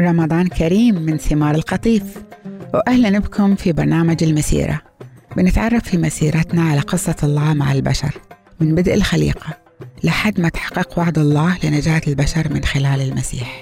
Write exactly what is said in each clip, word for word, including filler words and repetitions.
رمضان كريم من ثمار القطيف، وأهلا بكم في برنامج المسيرة. بنتعرف في مسيرتنا على قصة الله مع البشر من بدء الخليقة لحد ما تحقق وعد الله لنجاة البشر من خلال المسيح.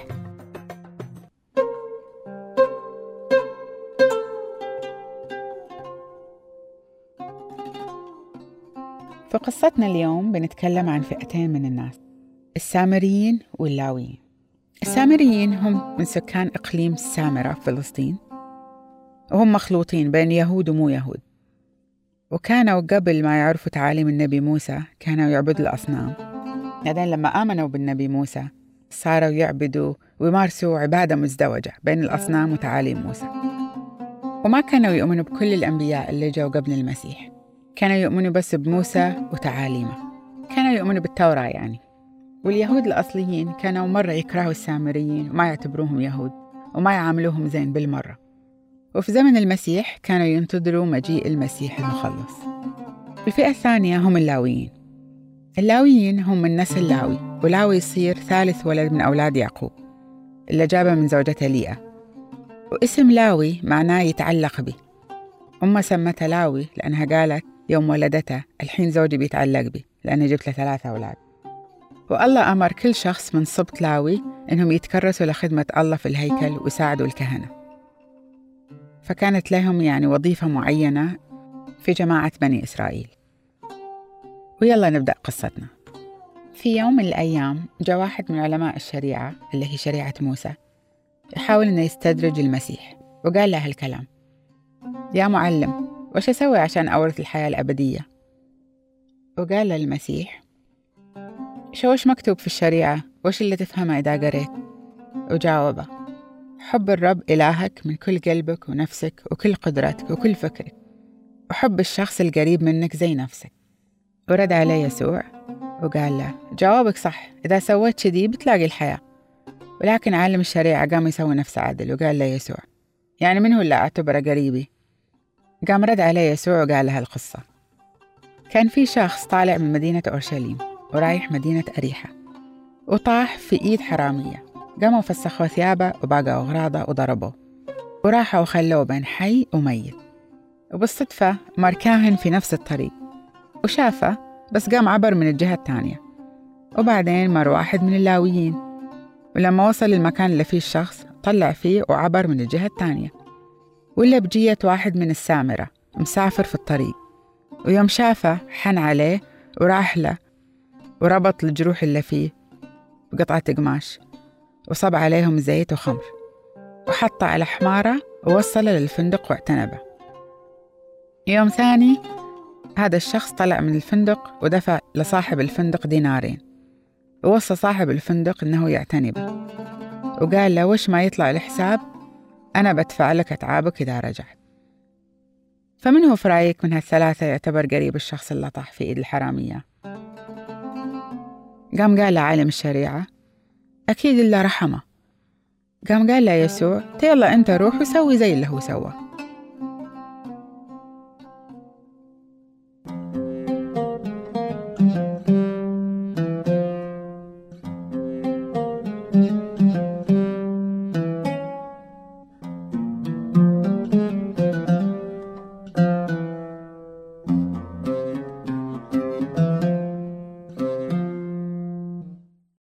في قصتنا اليوم بنتكلم عن فئتين من الناس، السامريين واللاويين. السامريين هم من سكان إقليم السامرة في فلسطين، وهم مخلوطين بين يهود ومو يهود، وكانوا قبل ما يعرفوا تعاليم النبي موسى كانوا يعبدوا الأصنام. بعدين لما آمنوا بالنبي موسى صاروا يعبدوا ويمارسوا عبادة مزدوجة بين الأصنام وتعاليم موسى، وما كانوا يؤمنوا بكل الأنبياء اللي جاوا قبل المسيح، كانوا يؤمنوا بس بموسى وتعاليمه، كانوا يؤمنوا بالتوراة يعني. واليهود الأصليين كانوا مرة يكرهوا السامريين وما يعتبروهم يهود وما يعاملوهم زين بالمرة. وفي زمن المسيح كانوا ينتظروا مجيء المسيح المخلص. الفئة الثانية هم اللاويين. اللاويين هم من نسل لاوي، ولاوي يصير ثالث ولد من أولاد يعقوب اللي جابه من زوجته ليئة. واسم لاوي معناه يتعلق به. أمه سمتها لاوي لأنها قالت يوم ولدتها الحين زوجي بيتعلق بي لأني جبت له ثلاثة أولاد. والله أمر كل شخص من سبط لاوي إنهم يتكرسوا لخدمة الله في الهيكل ويساعدوا الكهنة، فكانت لهم يعني وظيفة معينة في جماعة بني إسرائيل. ويلا نبدأ قصتنا. في يوم من الأيام جاء واحد من علماء الشريعة اللي هي شريعة موسى يحاول إنه يستدرج المسيح، وقال له هالكلام: يا معلم، وش أسوي عشان أورث الحياة الأبدية؟ وقال له المسيح: شو وش مكتوب في الشريعة؟ وش اللي تفهمه إذا قريت؟ وجاوبه: حب الرب إلهك من كل قلبك ونفسك وكل قدرتك وكل فكرك، وحب الشخص القريب منك زي نفسك. ورد عليه يسوع وقال له: جوابك صح، إذا سويت شدي بتلاقي الحياة. ولكن عالم الشريعة قام يسوي نفسه عدل وقال له يسوع: يعني من هو اللي أعتبره قريبي؟ قام رد عليه يسوع وقال له القصة. كان في شخص طالع من مدينة أورشليم ورايح مدينة أريحة، وطاح في إيد حرامية. قاموا فسخوا ثيابه وباقوا أغراضه وضربوه، وراحوا وخلوه بين حي وميت. وبالصدفة مر كاهن في نفس الطريق وشافه، بس قام عبر من الجهة الثانية. وبعدين مر واحد من اللاويين، ولما وصل المكان اللي فيه الشخص طلع فيه وعبر من الجهة الثانية. ولا بجية واحد من السامرة مسافر في الطريق، ويوم شافه حن عليه وراح له وربط الجروح اللي فيه بقطعة قماش، وصب عليهم زيت وخمر، وحطه على حمارة ووصله للفندق واعتنبه. يوم ثاني هذا الشخص طلع من الفندق ودفع لصاحب الفندق دينارين، ووصى صاحب الفندق إنه يعتنبه، وقال له: وش ما يطلع الحساب أنا بدفع لك أتعابك إذا رجعت. فمن هو في رأيك من هالثلاثة يعتبر قريب الشخص اللي طاح في إيد الحرامية؟ قام قال له عالم الشريعة: أكيد الله رحمه. قام قال له يسوع: يلا أنت روح وسوي زي اللي هو سوى.